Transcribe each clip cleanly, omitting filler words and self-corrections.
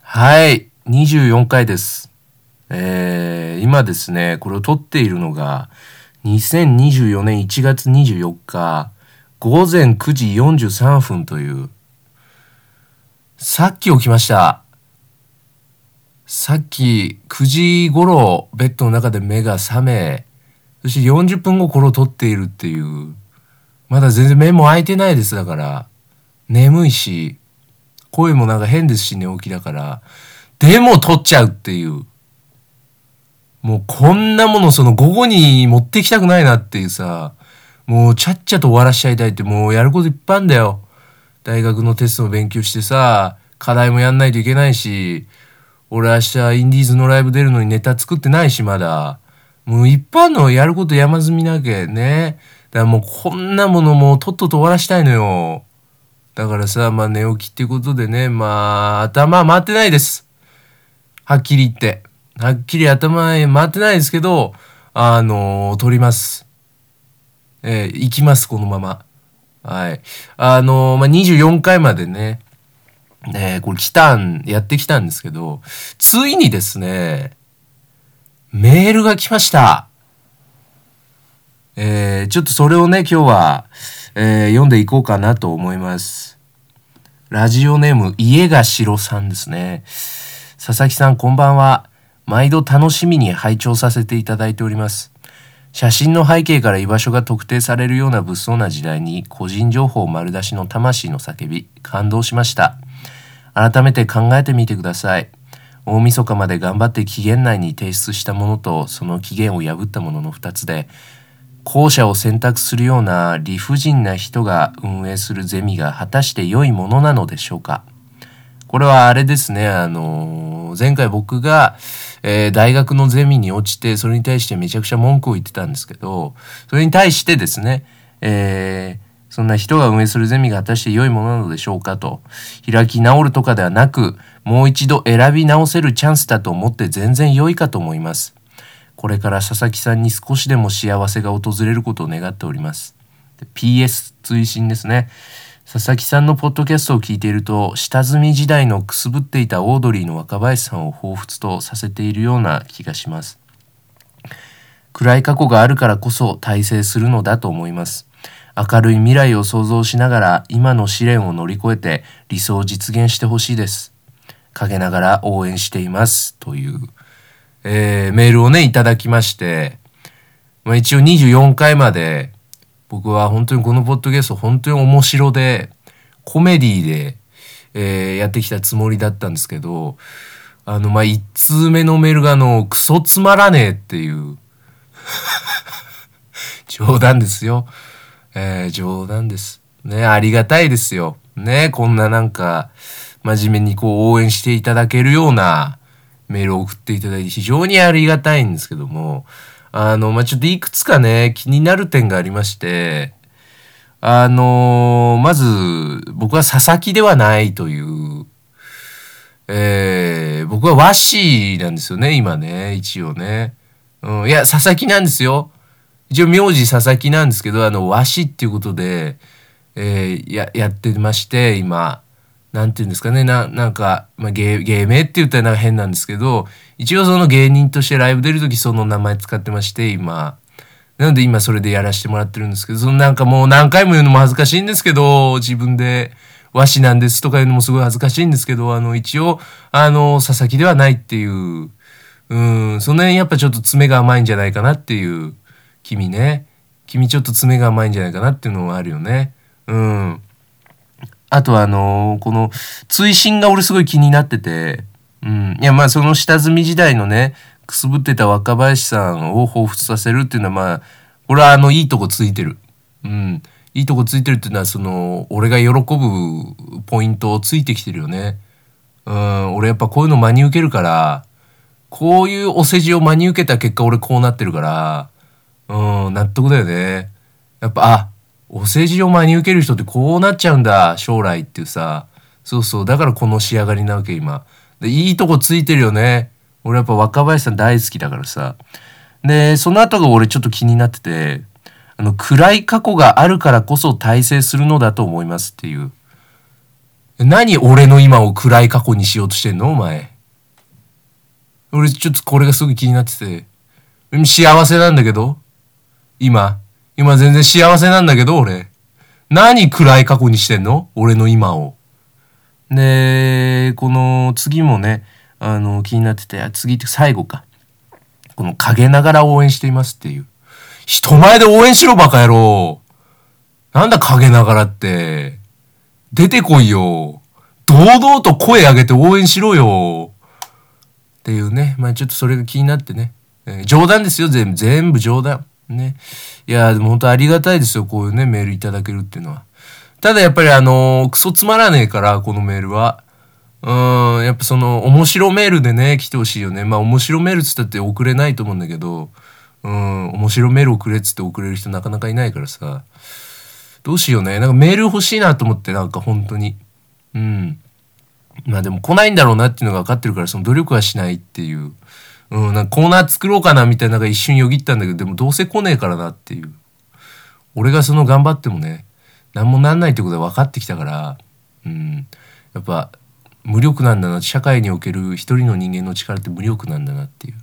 はい、24回です。今ですね、これを撮っているのが、2024年1月24日、午前9時43分という、さっき起きました。さっき9時頃、ベッドの中で目が覚め、そして40分後これを撮っているっていう、まだ全然目も開いてないです。だから、眠いし、声もなんか変ですし、寝起きだから、でも撮っちゃうっていう。もうこんなものその午後に持ってきたくないなっていうさ、もうちゃっちゃと終わらしちゃいたいって、もうやることいっぱいあんだよ。大学のテストも勉強してさ、課題もやんないといけないし、俺明日インディーズのライブ出るのにネタ作ってないしまだ。もういっぱいあんのやること山積みなわけね。だからもうこんなものもうとっとと終わらしたいのよ。だからさ、まあ寝起きっていうことでね、まあ頭回ってないです。はっきり言って。はっきり頭へ回ってないですけど、撮ります。行きます、このまま。はい。24回までね、これやってきたんですけど、ついにですね、メールが来ました。ちょっとそれをね、今日は、読んでいこうかなと思います。ラジオネーム、家が白さんですね。佐々木さん、こんばんは。毎度楽しみに拝聴させていただいております。写真の背景から居場所が特定されるような物騒な時代に個人情報丸出しの魂の叫び、感動しました。改めて考えてみてください。大晦日まで頑張って期限内に提出したものとその期限を破ったものの2つで、後者を選択するような理不尽な人が運営するゼミが果たして良いものなのでしょうか。これはあれですね、前回僕が、大学のゼミに落ちて、それに対してめちゃくちゃ文句を言ってたんですけど、それに対してですね、そんな人が運営するゼミが果たして良いものなのでしょうかと、開き直るとかではなく、もう一度選び直せるチャンスだと思って全然良いかと思います。これから佐々木さんに少しでも幸せが訪れることを願っております。PS 追伸ですね。佐々木さんのポッドキャストを聞いていると、下積み時代のくすぶっていたオードリーの若林さんを彷彿とさせているような気がします。暗い過去があるからこそ大成するのだと思います。明るい未来を想像しながら今の試練を乗り越えて理想を実現してほしいです。陰ながら応援しています。という、メールをね、いただきまして、一応24回まで僕は本当にこのポッドキャスト本当に面白でコメディで、やってきたつもりだったんですけど、1通目のメールがクソつまらねえっていう冗談ですよ。冗談です。ね、ありがたいですよ。ね、こんななんか真面目にこう応援していただけるようなメールを送っていただいて非常にありがたいんですけども、ちょっといくつかね、気になる点がありまして、まず、僕は佐々木ではないという、僕は和紙なんですよね、今ね、一応ね。いや、佐々木なんですよ。一応名字佐々木なんですけど、和紙っていうことで、やってまして、今。なんていうんですかね、なんか、芸名って言ったらなんか変なんですけど、一応その芸人としてライブ出るときその名前使ってまして、今。なので今それでやらせてもらってるんですけど、そのなんかもう何回も言うのも恥ずかしいんですけど、自分で和紙なんですとか言うのもすごい恥ずかしいんですけど、一応、佐々木ではないっていう、その辺やっぱちょっと爪が甘いんじゃないかなっていう、君ね。君ちょっと爪が甘いんじゃないかなっていうのはあるよね。あとこの追伸が俺すごい気になってて、いやその下積み時代のね、くすぶってた若林さんを彷彿させるっていうのはこれはいいとこついてる。いいとこついてるっていうのはその、俺が喜ぶポイントをついてきてるよね。俺やっぱこういうの真に受けるから、こういうお世辞を真に受けた結果俺こうなってるから、納得だよね。やっぱ、お世辞を真に受ける人ってこうなっちゃうんだ、将来っていうさ。そうそう、だからこの仕上がりなわけ、今。で、いいとこついてるよね。俺やっぱ若林さん大好きだからさ。で、その後が俺ちょっと気になってて、暗い過去があるからこそ大成するのだと思いますっていう。 何俺の今を暗い過去にしようとしてんのお前。俺ちょっとこれがすぐ気になってて。幸せなんだけど今全然幸せなんだけど俺。何暗い過去にしてんの俺の今を。で、この次もね、気になってて、次って最後か。この陰ながら応援していますっていう。人前で応援しろバカ野郎。なんだ陰ながらって。出てこいよ。堂々と声上げて応援しろよ。っていうね。まあちょっとそれが気になってね。冗談ですよ、全部冗談。ね。いや、でも本当ありがたいですよ、こういうね、メールいただけるっていうのは。ただやっぱりクソつまらねえから、このメールは。やっぱその、面白メールでね、来てほしいよね。まあ面白メールつったって送れないと思うんだけど、面白メール送れっつって送れる人なかなかいないからさ。どうしようね。なんかメール欲しいなと思って、なんか本当に。まあでも来ないんだろうなっていうのが分かってるから、その努力はしないっていう。なんかコーナー作ろうかなみたいなのが一瞬よぎったんだけど、でもどうせ来ねえからなっていう。俺がその頑張ってもね、なんもなんないってことが分かってきたから、やっぱ無力なんだな。社会における一人の人間の力って無力なんだなっていう。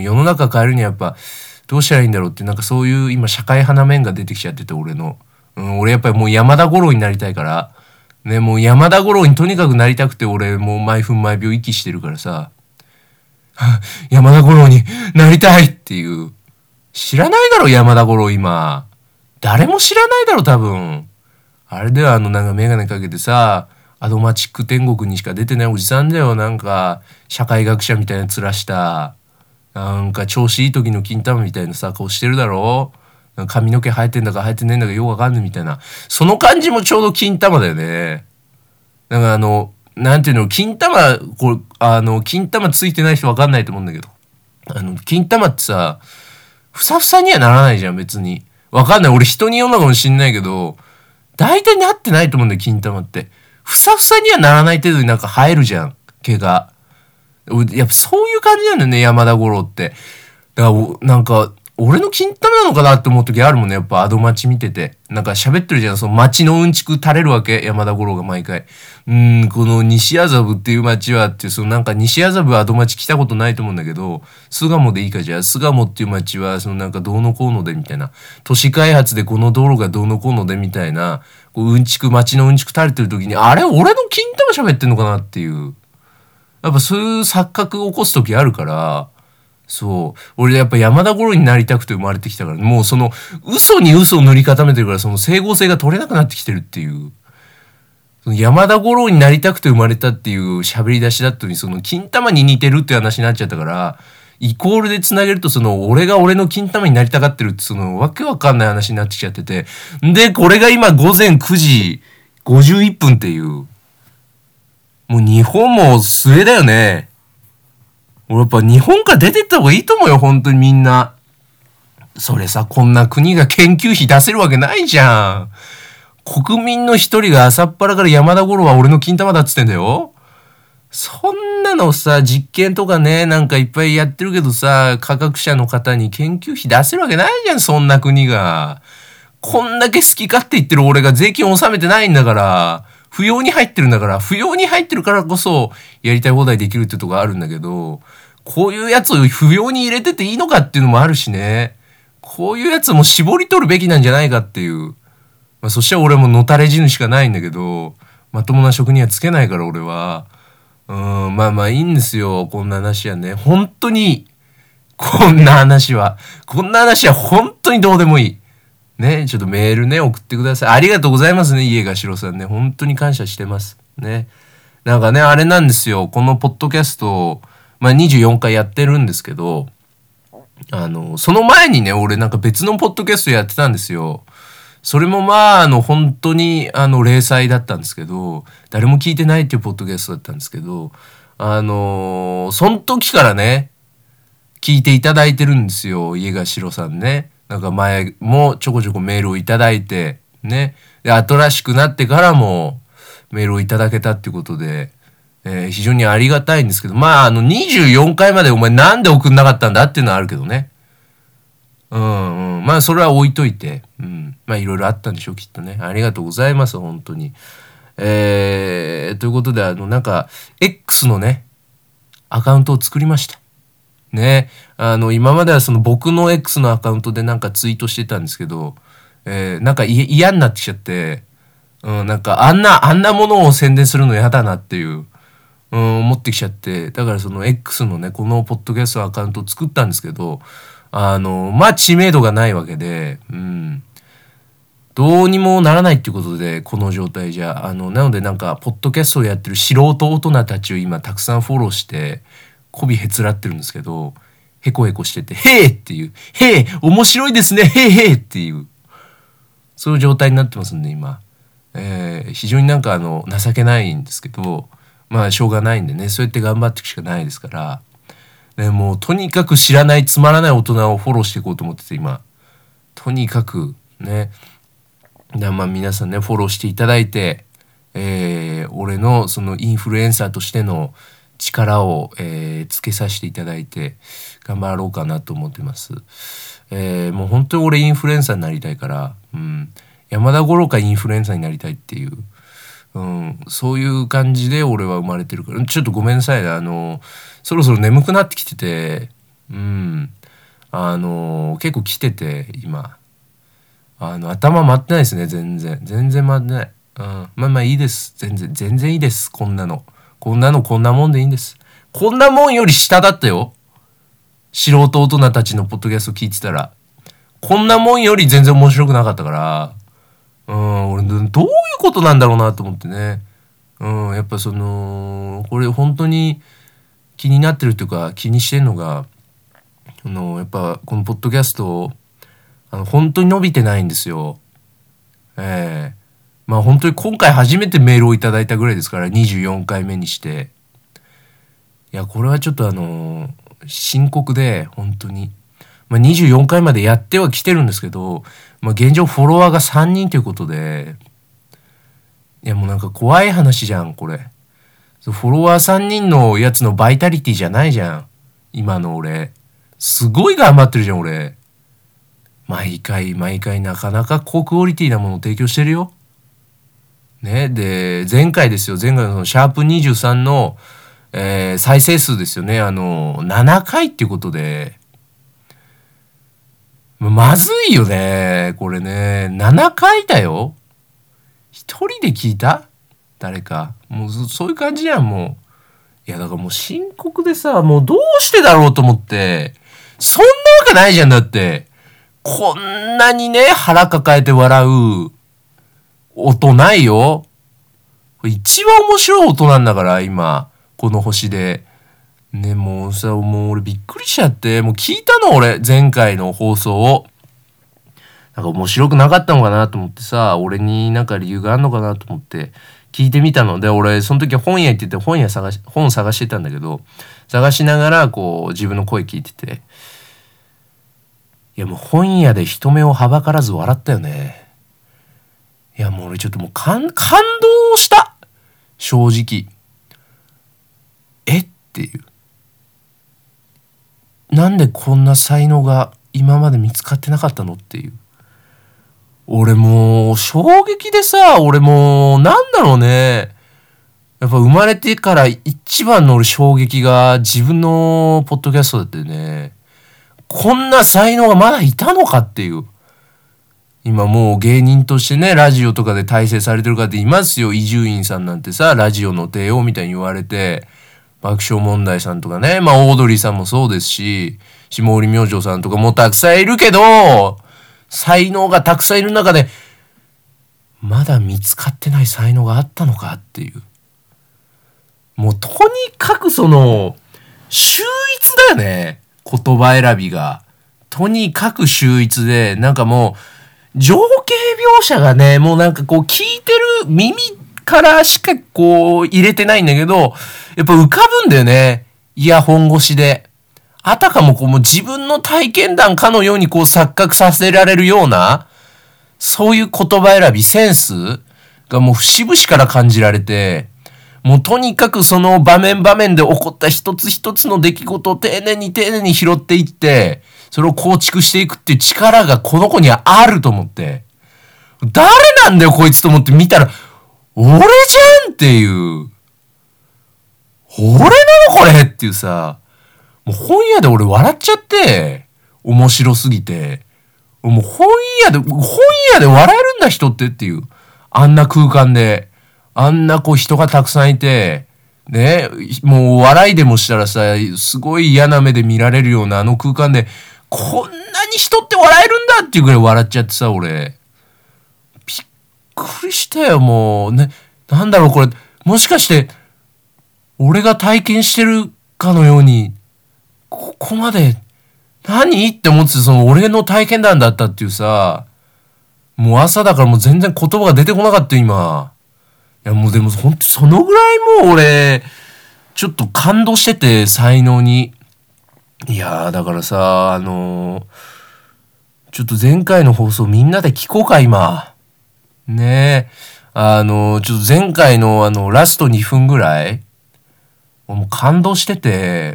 世の中変えるにはやっぱどうしたらいいんだろうって、なんかそういう今社会派な面が出てきちゃってて、俺の。俺やっぱりもう山田五郎になりたいから、ね、もう山田五郎にとにかくなりたくて、俺もう毎分毎秒息してるからさ、山田五郎になりたいっていう。知らないだろ、山田五郎今。誰も知らないだろ、多分。あれではなんかメガネかけてさ、アドマチック天国にしか出てないおじさんだよ。なんか、社会学者みたいな面した。なんか、調子いい時の金玉みたいなさ、顔してるだろ。髪の毛生えてんだか生えてねえんだかよくわかんないみたいな。その感じもちょうど金玉だよね。なんかなんていうの、金玉、金玉ついてない人わかんないと思うんだけど。金玉ってさ、ふさふさにはならないじゃん、別に。わかんない。俺人によるのかもしんないけど、大体なってないと思うんだよ、金玉って。ふさふさにはならない程度になんか生えるじゃん、毛が。やっぱそういう感じなんだよね、山田五郎って。だからなんか、俺の金玉なのかなって思う時あるもんね、やっぱアドマチ見てて。なんか喋ってるじゃん、その町のうんちく垂れるわけ、山田五郎が毎回。この西麻布っていう町はっていう、そのなんか西麻布アドマチ来たことないと思うんだけど、巣鴨でいいかじゃあ、巣鴨っていう町は、そのなんかどうのこうのでみたいな。都市開発でこの道路がどうのこうのでみたいな、こううんちく、町のうんちく垂れてる時に、あれ俺の金玉喋ってんのかなっていう。やっぱそういう錯覚を起こす時あるから、そう。俺やっぱ山田五郎になりたくて生まれてきたから、もうその嘘に嘘を塗り固めてるから、その整合性が取れなくなってきてるっていう。その山田五郎になりたくて生まれたっていう喋り出しだったのに、その金玉に似てるって話になっちゃったから、イコールで繋げると、その俺が俺の金玉になりたがってるって、そのわけわかんない話になってきちゃってて。で、これが今午前9時51分っていう。もう日本も末だよね。俺やっぱ日本から出てった方がいいと思うよ、本当にみんな。それさ、こんな国が研究費出せるわけないじゃん。国民の一人が朝っぱらから山田五郎は俺の金玉だっつってんだよ。そんなのさ、実験とかね、なんかいっぱいやってるけどさ、科学者の方に研究費出せるわけないじゃん、そんな国が。こんだけ好き勝手言ってる俺が税金を納めてないんだから。不要に入ってるんだから、不要に入ってるからこそ、やりたい放題できるってとこあるんだけど、こういうやつを不要に入れてていいのかっていうのもあるしね。こういうやつも絞り取るべきなんじゃないかっていう。そしたら俺ものたれ死ぬしかないんだけど、まともな職にはつけないから俺は。まあまあいいんですよ。こんな話はね。本当にいい。こんな話は。こんな話は本当にどうでもいい。ね、ちょっとメールね、送ってください。ありがとうございますね、家がしろさんね。本当に感謝してます。ね。なんかね、あれなんですよ。このポッドキャスト、24回やってるんですけど、その前にね、俺なんか別のポッドキャストやってたんですよ。それも本当に零細だったんですけど、誰も聞いてないっていうポッドキャストだったんですけど、その時からね、聞いていただいてるんですよ、家がしろさんね。なんか前もちょこちょこメールをいただいて、ね。で、新しくなってからもメールをいただけたっていうことで、非常にありがたいんですけど、24回までお前なんで送んなかったんだっていうのはあるけどね。それは置いといて。いろいろあったんでしょう、きっとね。ありがとうございます、本当に。 ということでなんか X のねアカウントを作りましたね。今まではその僕の X のアカウントでなんかツイートしてたんですけど、なんか嫌になってきちゃって、なんかあんなものを宣伝するの嫌だなっていう、思ってきちゃって、だからその X のねこのポッドキャストアカウントを作ったんですけど、まあ知名度がないわけで、どうにもならないっていうことで、この状態じゃ。なのでなんか、ポッドキャストをやってる素人大人たちを今たくさんフォローして、媚びへつらってるんですけど、へこへこしてて、へーっていう、へー面白いですね、へーへーっていう、そういう状態になってますんで、今。非常になんか情けないんですけど、まあしょうがないんでね、そうやって頑張っていくしかないですから、もうとにかく知らないつまらない大人をフォローしていこうと思ってて、今。とにかく、ね。まあ皆さんねフォローしていただいて、俺のそのインフルエンサーとしての力を、つけさせていただいて頑張ろうかなと思ってます。もう本当に俺インフルエンサーになりたいから、山田五郎かインフルエンサーになりたいっていう、そういう感じで俺は生まれてるから。ちょっとごめんなさいね、そろそろ眠くなってきてて、結構来てて今。頭回ってないですね、全然回ってない。まあいいです。全然いいです。こんなもんでいいんです。こんなもんより下だったよ。素人大人たちのポッドキャスト聞いてたら。こんなもんより全然面白くなかったから、俺どういうことなんだろうなと思ってね。やっぱこれ本当に気になってるというか気にしてんのが、やっぱこのポッドキャスト本当に伸びてないんですよ。まあ本当に今回初めてメールをいただいたぐらいですから、24回目にして。いや、これはちょっと深刻で、本当に。まあ24回までやってはきてるんですけど、まあ現状フォロワーが3人ということで、いやもうなんか怖い話じゃん、これ。フォロワー3人のやつのバイタリティじゃないじゃん。今の俺。すごい頑張ってるじゃん、俺。毎回なかなか高クオリティなものを提供してるよ。ね。で、前回のそのシャープ23の、再生数ですよね。7回っていうことで、まずいよね。これね。7回だよ。一人で聞いた？誰か。もうそういう感じじゃん、もう。いや、だからもう深刻でさ、もうどうしてだろうと思って。そんなわけないじゃん、だって。こんなにね、腹抱えて笑う音ないよ。一番面白い音なんだから、今。この星で。ね、もう俺びっくりしちゃって、もう聞いたの俺、前回の放送を。なんか面白くなかったのかなと思ってさ、俺になんか理由があるのかなと思って聞いてみたので、俺、その時は本屋行ってて本探してたんだけど、探しながらこう自分の声聞いてて、いやもう本屋で人目をはばからず笑ったよね。いやもう俺ちょっともう感動した。正直。っていう。なんでこんな才能が今まで見つかってなかったのっていう。俺もう衝撃でさ、俺もうなんだろうね。やっぱ生まれてから一番の俺衝撃が自分のポッドキャストだったよね。こんな才能がまだいたのかっていう。今もう芸人としてね、ラジオとかで大成されてる方いますよ。伊集院さんなんてさ、ラジオの帝王みたいに言われて、爆笑問題さんとかね、まあオードリーさんもそうですし、下降り明星さんとかもたくさんいるけど、才能がたくさんいる中で、まだ見つかってない才能があったのかっていう。もうとにかく秀逸だよね。言葉選びが。とにかく秀逸で、なんかもう、情景描写がね、もうなんかこう聞いてる耳からしかこう入れてないんだけど、やっぱ浮かぶんだよね。イヤホン越しで。あたかもこうもう自分の体験談かのようにこう錯覚させられるような、そういう言葉選び、センスがもう節々から感じられて、もうとにかくその場面場面で起こった一つ一つの出来事を丁寧に拾っていって、それを構築していくっていう力がこの子にはあると思って。誰なんだよこいつと思って見たら、 俺じゃんっていう。俺なのこれっていうさ、もう本屋で俺笑っちゃって、面白すぎて。もう本屋で笑えるんだ人ってっていう。あんな空間で。あんな人がたくさんいて、ね、もう笑いでもしたらさ、すごい嫌な目で見られるようなあの空間で、こんなに人って笑えるんだっていうぐらい笑っちゃってさ、俺。びっくりしたよ、もう。ね、なんだろうこれ、もしかして、俺が体験してるかのように、ここまで、何って思ってその俺の体験談だったっていうさ、もう朝だからもう全然言葉が出てこなかったよ、今。いやもうでもほんとそのぐらいもう俺、ちょっと感動してて、才能に。いやーだからさ、ちょっと前回の放送みんなで聞こうか、今。ねえ。ちょっと前回のラスト2分ぐらい、もう感動してて、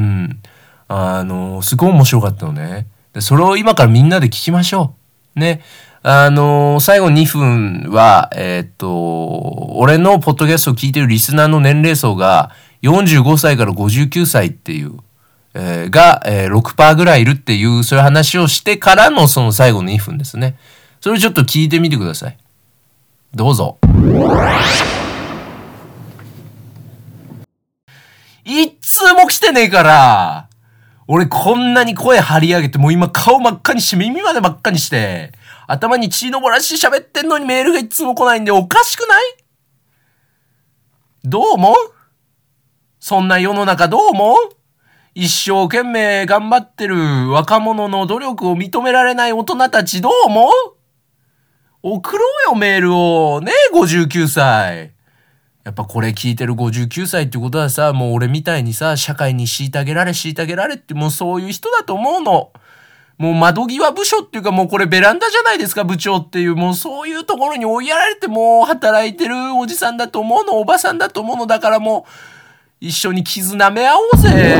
すごい面白かったのね。で、それを今からみんなで聞きましょう。ね。最後2分は、俺のポッドキャストを聞いてるリスナーの年齢層が45歳から59歳っていう、が、6% ぐらいいるっていう、そういう話をしてからのその最後の2分ですね。それちょっと聞いてみてください。どうぞ。一通も来てねえから。俺こんなに声張り上げて、もう今顔真っ赤にして耳まで真っ赤にして、頭に血のぼらして喋ってんのにメールがいつも来ないんでおかしくない？どう思う？そんな世の中どう思う？一生懸命頑張ってる若者の努力を認められない大人たちどう思う？送ろうよメールを。ねえ59歳。やっぱこれ聞いてる59歳ってことはさ、もう俺みたいにさ、社会に虐げられってもうそういう人だと思うの。もう窓際部署っていうかもうこれベランダじゃないですか部長っていう、もうそういうところに追いやられてもう働いてるおじさんだと思うの、おばさんだと思うの。だからもう一緒に絆め合おうぜ。いや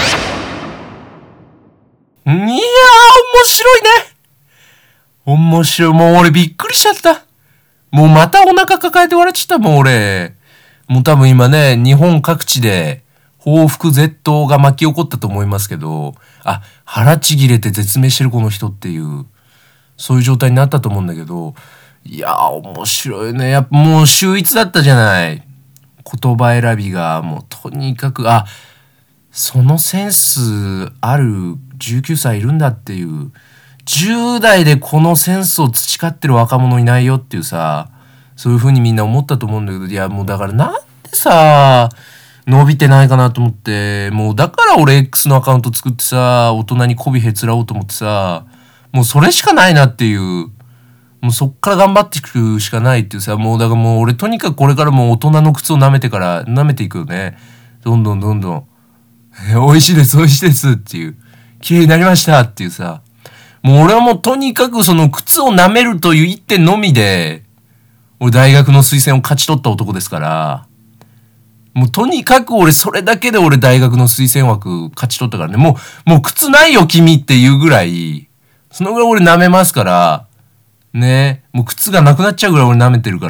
ー面白いね。面白い。もう俺びっくりしちゃった。もうまたお腹抱えて笑っちゃったもん俺。もう多分今ね、日本各地で報復絶倒が巻き起こったと思いますけど、腹ちぎれて絶命してるこの人っていう、そういう状態になったと思うんだけど、いやー面白いね。やっぱもう秀逸だったじゃない。言葉選びがもうとにかく、そのセンスある19歳いるんだっていう、10代でこのセンスを培ってる若者いないよっていうさ、そういう風にみんな思ったと思うんだけど、いやもうだからなんでさ、伸びてないかなと思って、もうだから俺 X のアカウント作ってさ、大人に媚びへつらおうと思ってさ、もうそれしかないなっていう、もうそっから頑張っていくしかないっていうさ、もうだからもう俺とにかくこれからもう大人の靴を舐めていくよね。どんどん。美味しいですっていう。綺麗になりましたっていうさ、もう俺はもうとにかくその靴を舐めるという一点のみで、俺大学の推薦を勝ち取った男ですから、もうとにかく俺それだけで俺大学の推薦枠勝ち取ったからね。もう靴ないよ君っていうぐらい、そのぐらい俺舐めますから、ね。もう靴がなくなっちゃうぐらい俺舐めてるから。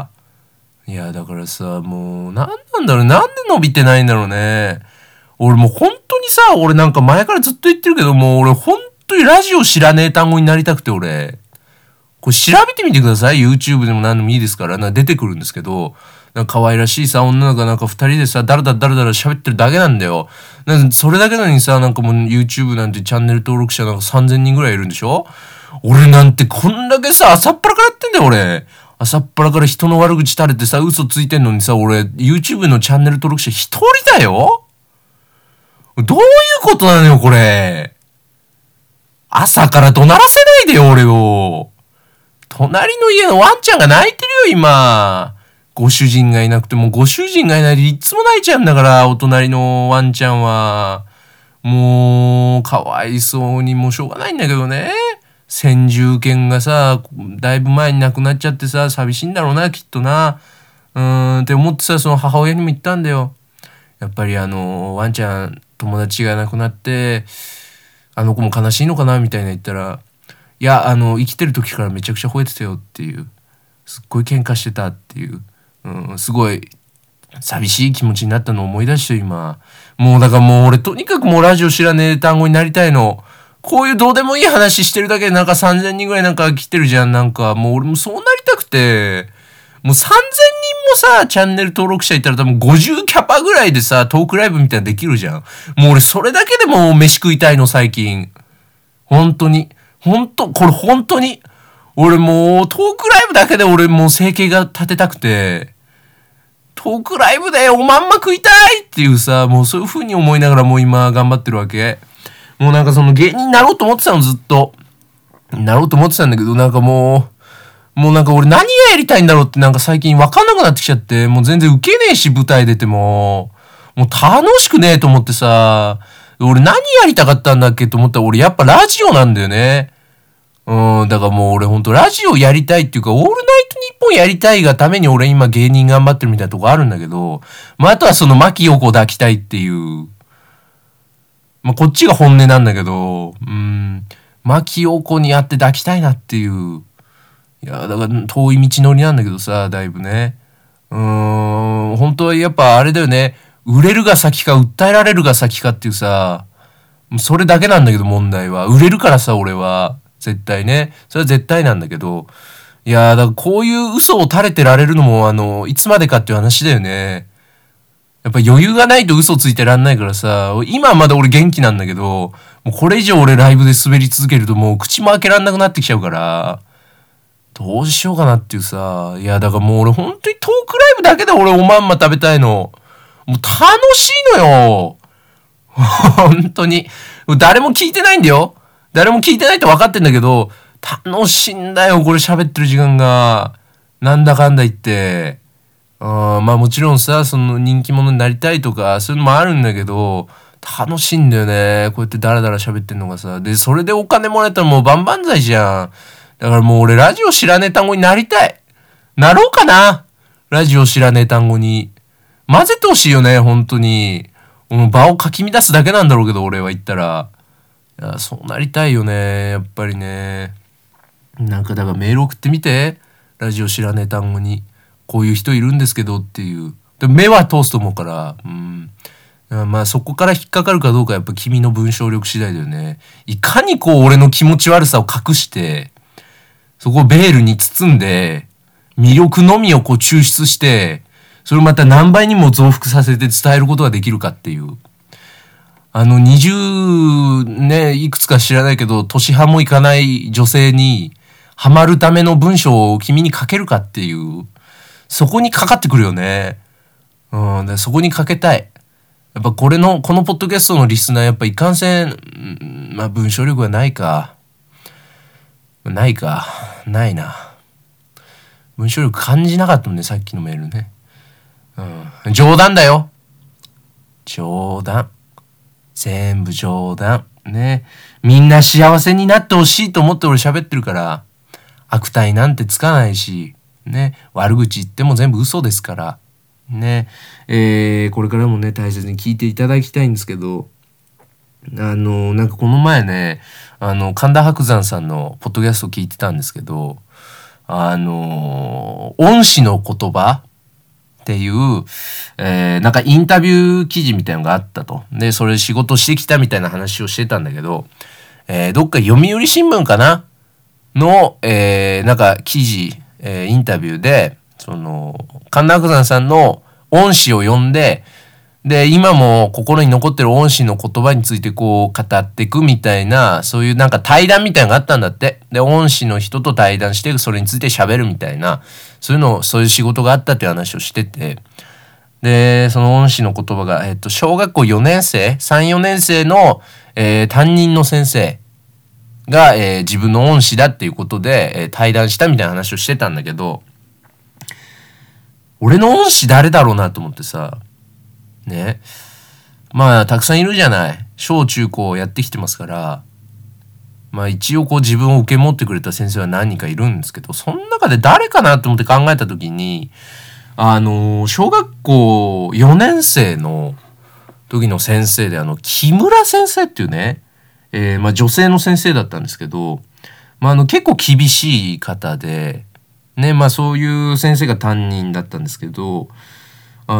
いやだからさ、もうなんだろう、なんで伸びてないんだろうね。俺もう本当にさ、俺なんか前からずっと言ってるけど、もう俺本当にラジオ知らねえ単語になりたくて俺。これ調べてみてください。YouTube でも何でもいいですから、出てくるんですけど、なんか可愛らしいさ、女の子がなんか二人でさ、だらだら喋ってるだけなんだよ。それだけなのにさ、なんかもう YouTube なんてチャンネル登録者なんか3000人ぐらいいるんでしょ？俺なんてこんだけさ、朝っぱらからやってんだよ俺。朝っぱらから人の悪口垂れてさ、嘘ついてんのにさ、俺 YouTube のチャンネル登録者一人だよ？どういうことなのよこれ。朝から怒鳴らせないでよ俺を。隣の家のワンちゃんが泣いてるよ今。ご主人がいなくても、ご主人がいないでいつも泣いちゃうんだから、お隣のワンちゃんは。もう、かわいそうにもうしょうがないんだけどね。先住犬がさ、だいぶ前に亡くなっちゃってさ、寂しいんだろうな、きっとな。って思ってさ、その母親にも言ったんだよ。やっぱりワンちゃん、友達が亡くなって、あの子も悲しいのかなみたいな言ったら、いや、生きてる時からめちゃくちゃ吠えてたよっていう。すっごい喧嘩してたっていう。 すごい寂しい気持ちになったのを思い出して今。もうだからもう俺とにかくもうラジオ知らねえ単語になりたいの。こういうどうでもいい話してるだけでなんか3000人ぐらいなんか来てるじゃん。なんかもう俺もそうなりたくて、もう3000人もさ、チャンネル登録者いたら多分50キャパぐらいでさ、トークライブみたいなのできるじゃん。もう俺それだけでもう飯食いたいの最近。本当に。これ本当に。俺もうトークライブだけで俺もう生計が立てたくて、トークライブでおまんま食いたいっていうさ、もうそういう風に思いながらもう今頑張ってるわけ。もうなんかその芸人になろうと思ってたのずっと。なろうと思ってたんだけど、なんかもうなんか俺何がやりたいんだろうってなんか最近わかんなくなってきちゃって、もう全然ウケねえし舞台出ても、もう楽しくねえと思ってさ、俺何やりたかったんだっけと思ったら俺やっぱラジオなんだよね。だからもう俺ほんとラジオやりたいっていうか、オールナイトニッポンやりたいがために俺今芸人頑張ってるみたいなとこあるんだけど、まああとはその牧陽子を抱きたいっていう、まあこっちが本音なんだけど、牧陽子に会って抱きたいなっていう、いやだから遠い道のりなんだけどさ、だいぶね。本当はやっぱあれだよね、売れるが先か訴えられるが先かっていうさ、それだけなんだけど問題は。売れるからさ、俺は。絶対ね。それは絶対なんだけど。いやだからこういう嘘を垂れてられるのも、いつまでかっていう話だよね。やっぱ余裕がないと嘘ついてらんないからさ、今はまだ俺元気なんだけど、もうこれ以上俺ライブで滑り続けるともう口も開けらんなくなってきちゃうから、どうしようかなっていうさ。いやだからもう俺本当にトークライブだけで俺おまんま食べたいの。もう楽しいのよ。本当に。誰も聞いてないんだよ。誰も聞いてないって分かってんだけど、楽しいんだよ、これ喋ってる時間が。なんだかんだ言って。まあもちろんさ、その人気者になりたいとか、そういうのもあるんだけど、楽しいんだよね。こうやってダラダラ喋ってんのがさ。で、それでお金もらえたらもう万々歳じゃん。だからもう俺ラジオ知らねえ単語になりたい。なろうかな。ラジオ知らねえ単語に。混ぜてほしいよね、本当に。場をかき乱すだけなんだろうけど、俺は言ったら。いや、そうなりたいよね、やっぱりね。なんかだからメール送ってみて。ラジオ知らねえ単語に。こういう人いるんですけどっていう。で目は通すと思うから。まあそこから引っかかるかどうかやっぱ君の文章力次第だよね。いかにこう俺の気持ち悪さを隠して、そこをベールに包んで、魅力のみをこう抽出して、それをまた何倍にも増幅させて伝えることができるかっていう。20ね、いくつか知らないけど、年派もいかない女性にハマるための文章を君に書けるかっていう。そこにかかってくるよね。でそこにかけたい。やっぱこのポッドキャストのリスナーやっぱいかんせん、まあ文章力はないか。ないな。文章力感じなかったもんね、さっきのメールね。冗談だよ。冗談。全部冗談。ね。みんな幸せになってほしいと思って俺喋ってるから、悪態なんてつかないし、ね。悪口言っても全部嘘ですから。ね。これからもね、大切に聞いていただきたいんですけど、なんかこの前ね、神田伯山さんのポッドキャストを聞いてたんですけど、恩師の言葉っていう、なんかインタビュー記事みたいなのがあったと。で、それ仕事してきたみたいな話をしてたんだけど、どっか読売新聞かなの、なんか記事、インタビューで、その、神田伯山さんの恩師を呼んで、で、今も心に残ってる恩師の言葉についてこう語っていくみたいな、そういうなんか対談みたいなのがあったんだって。で、恩師の人と対談して、それについて喋るみたいな、そういう仕事があったっていう話をしてて、で、その恩師の言葉が、小学校4年生、3、4年生の、担任の先生が、自分の恩師だっていうことで、対談したみたいな話をしてたんだけど、俺の恩師誰だろうなと思ってさ、ね。まあ、たくさんいるじゃない。小中高やってきてますから、まあ一応こう自分を受け持ってくれた先生は何人かいるんですけど、その中で誰かなと思って考えたときに、小学校4年生の時の先生で木村先生っていうね、まあ女性の先生だったんですけど、まあ結構厳しい方で、 ね、まあそういう先生が担任だったんですけど、ま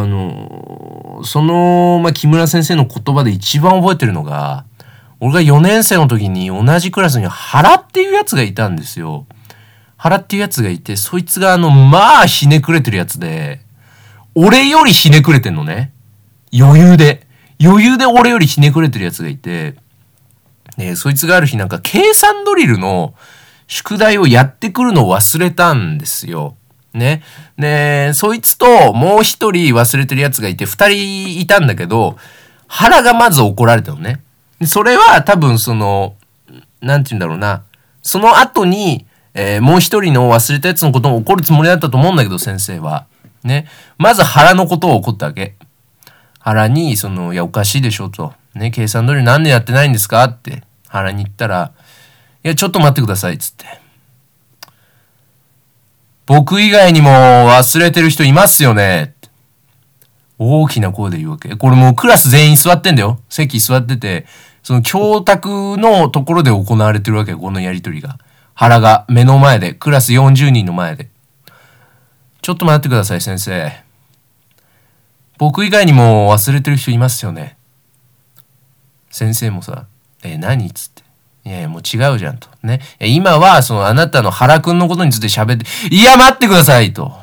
あ、木村先生の言葉で一番覚えてるのが、俺が4年生の時に同じクラスに原っていうやつがいたんですよ。原っていうやつがいて、そいつがまあひねくれてるやつで、俺よりひねくれてんのね。余裕で俺よりひねくれてるやつがいて、そいつがある日なんか計算ドリルの宿題をやってくるのを忘れたんですよ。ね。で、そいつともう一人忘れてるやつがいて、二人いたんだけど、原がまず怒られたのね。それは多分なんて言うんだろうな。その後に、もう一人の忘れたやつのことを怒るつもりだったと思うんだけど、先生は。ね。まず原のことを怒ったわけ。原に、いや、おかしいでしょと。ね、計算通りなんでやってないんですかって原に言ったら、いや、ちょっと待ってください、つって。僕以外にも忘れてる人いますよねって。大きな声で言うわけ。これもうクラス全員座ってんだよ。席座ってて、教託のところで行われてるわけよ、このやりとりが。原が目の前で、クラス40人の前で。ちょっと待ってください、先生。僕以外にも忘れてる人いますよね。先生もさ、何つって。いやいや、もう違うじゃんと。ね。今は、あなたの原くんのことについて喋って、いや、待ってくださいと。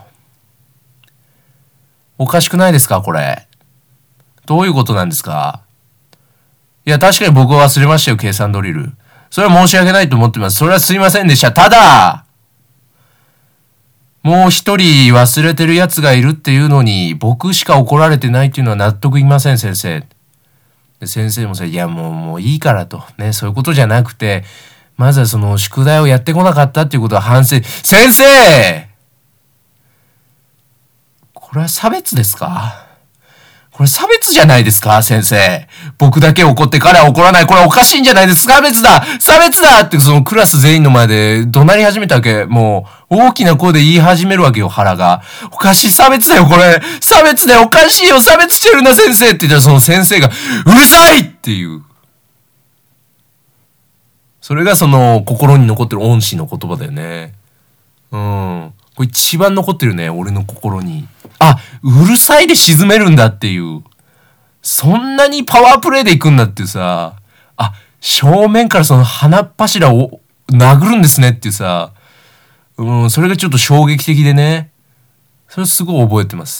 おかしくないですか、これ。どういうことなんですか。いや、確かに僕は忘れましたよ、計算ドリル。それは申し訳ないと思ってます。それはすいませんでした。ただ、もう一人忘れてる奴がいるっていうのに、僕しか怒られてないっていうのは納得いきません、先生。で先生もさ、いやもういいからと。ね、そういうことじゃなくて、まずは宿題をやってこなかったっていうことは反省。先生！これは差別ですか？これ差別じゃないですか先生。僕だけ怒って彼は怒らない。これおかしいんじゃないですか？差別だってクラス全員の前で怒鳴り始めたわけ。もう大きな声で言い始めるわけよ、原が。おかしい、差別だよこれ。差別だよ、おかしいよ、差別してるな先生って言ったらその先生が、うるさいっていう。それが心に残ってる恩師の言葉だよね。これ一番残ってるね、俺の心に。あ、うるさいで沈めるんだっていう。そんなにパワープレイでいくんだっていうさ。あ、正面から鼻っ柱を殴るんですねっていうさ。それがちょっと衝撃的でね。それすごい覚えてます。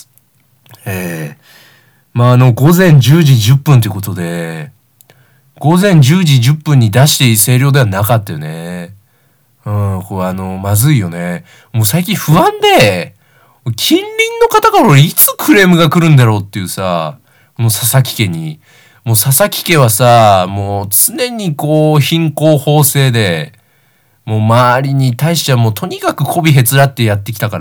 まあ午前10時10分ということで、午前10時10分に出していい声量ではなかったよね。これまずいよね。もう最近不安で、近隣の方から俺いつクレームが来るんだろうっていうさ、この佐々木家に。もう佐々木家はさ、もう常に貧困法制で、もう周りに対してはもうとにかく媚びへつらってやってきたから、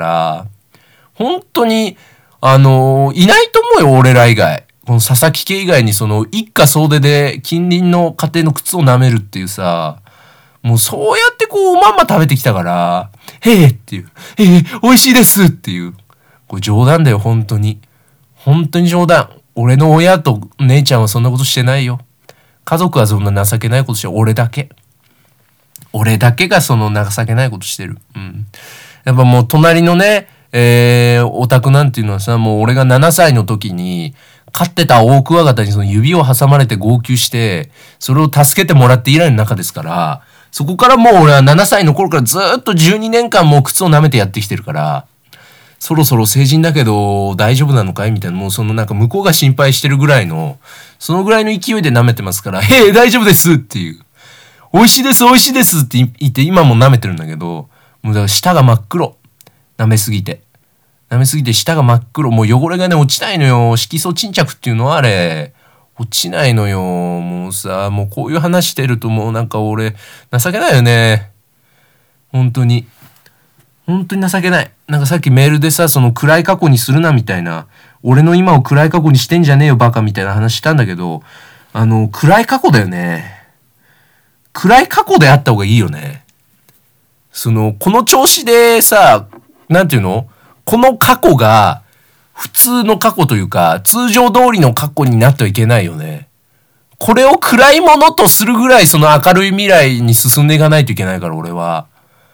本当に、いないと思うよ、俺ら以外。この佐々木家以外に一家総出で近隣の家庭の靴を舐めるっていうさ、もうそうやってまんま食べてきたから、へえっていう、美味しいですっていう。これ冗談だよ、本当に。本当に冗談。俺の親と姉ちゃんはそんなことしてないよ。家族はそんな情けないことしてる。俺だけが情けないことしてる。やっぱもう隣のね、お宅なんていうのはさ、もう俺が7歳の時に、飼ってたオオクワガタに指を挟まれて号泣して、それを助けてもらって以来の中ですから、そこからもう俺は7歳の頃からずっと12年間もう靴を舐めてやってきてるから、そろそろ成人だけど大丈夫なのかいみたいな、もうなんか向こうが心配してるぐらいの、そのぐらいの勢いで舐めてますから、大丈夫ですっていう。美味しいですって言って今も舐めてるんだけど、もうだから舌が真っ黒。舐めすぎて舌が真っ黒。もう汚れがね落ちないのよ。色素沈着っていうのはあれ。落ちないのよ。もうさ、もうこういう話してるともうなんか俺、情けないよね。本当に情けない。なんかさっきメールでさ、暗い過去にするなみたいな、俺の今を暗い過去にしてんじゃねえよバカみたいな話したんだけど、暗い過去だよね。暗い過去であった方がいいよね。この調子でさ、なんていうの？この過去が、普通の過去というか、通常通りの過去になってはいけないよね。これを暗いものとするぐらい明るい未来に進んでいかないといけないから、俺は。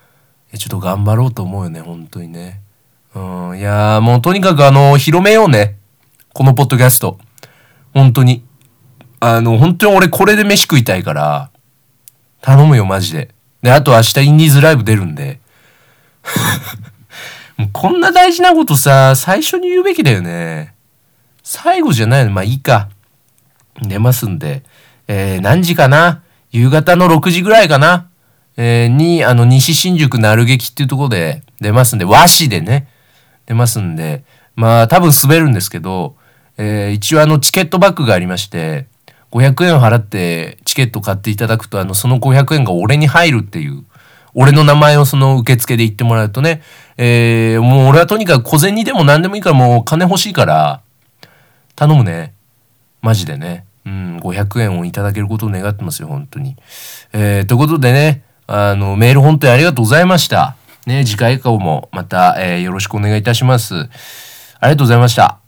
ちょっと頑張ろうと思うよね、本当にね。いやーもうとにかく広めようね。このポッドキャスト。本当に。本当に俺これで飯食いたいから、頼むよ、マジで。で、あと明日インディーズライブ出るんで。もうこんな大事なことさ、最初に言うべきだよね。最後じゃないの、まあいいか。出ますんで。何時かな？夕方の6時ぐらいかな？に、西新宿なる劇っていうところで出ますんで、和紙でね、出ますんで、まあ多分滑るんですけど、一応チケットバッグがありまして、500円を払ってチケット買っていただくと、その500円が俺に入るっていう、俺の名前をその受付で言ってもらうとね、もう俺はとにかく小銭でも何でもいいからもう金欲しいから、頼むね。マジでね。500円をいただけることを願ってますよ、本当に。ということでね、メール本当にありがとうございました。ね、次回以降もまた、よろしくお願いいたします。ありがとうございました。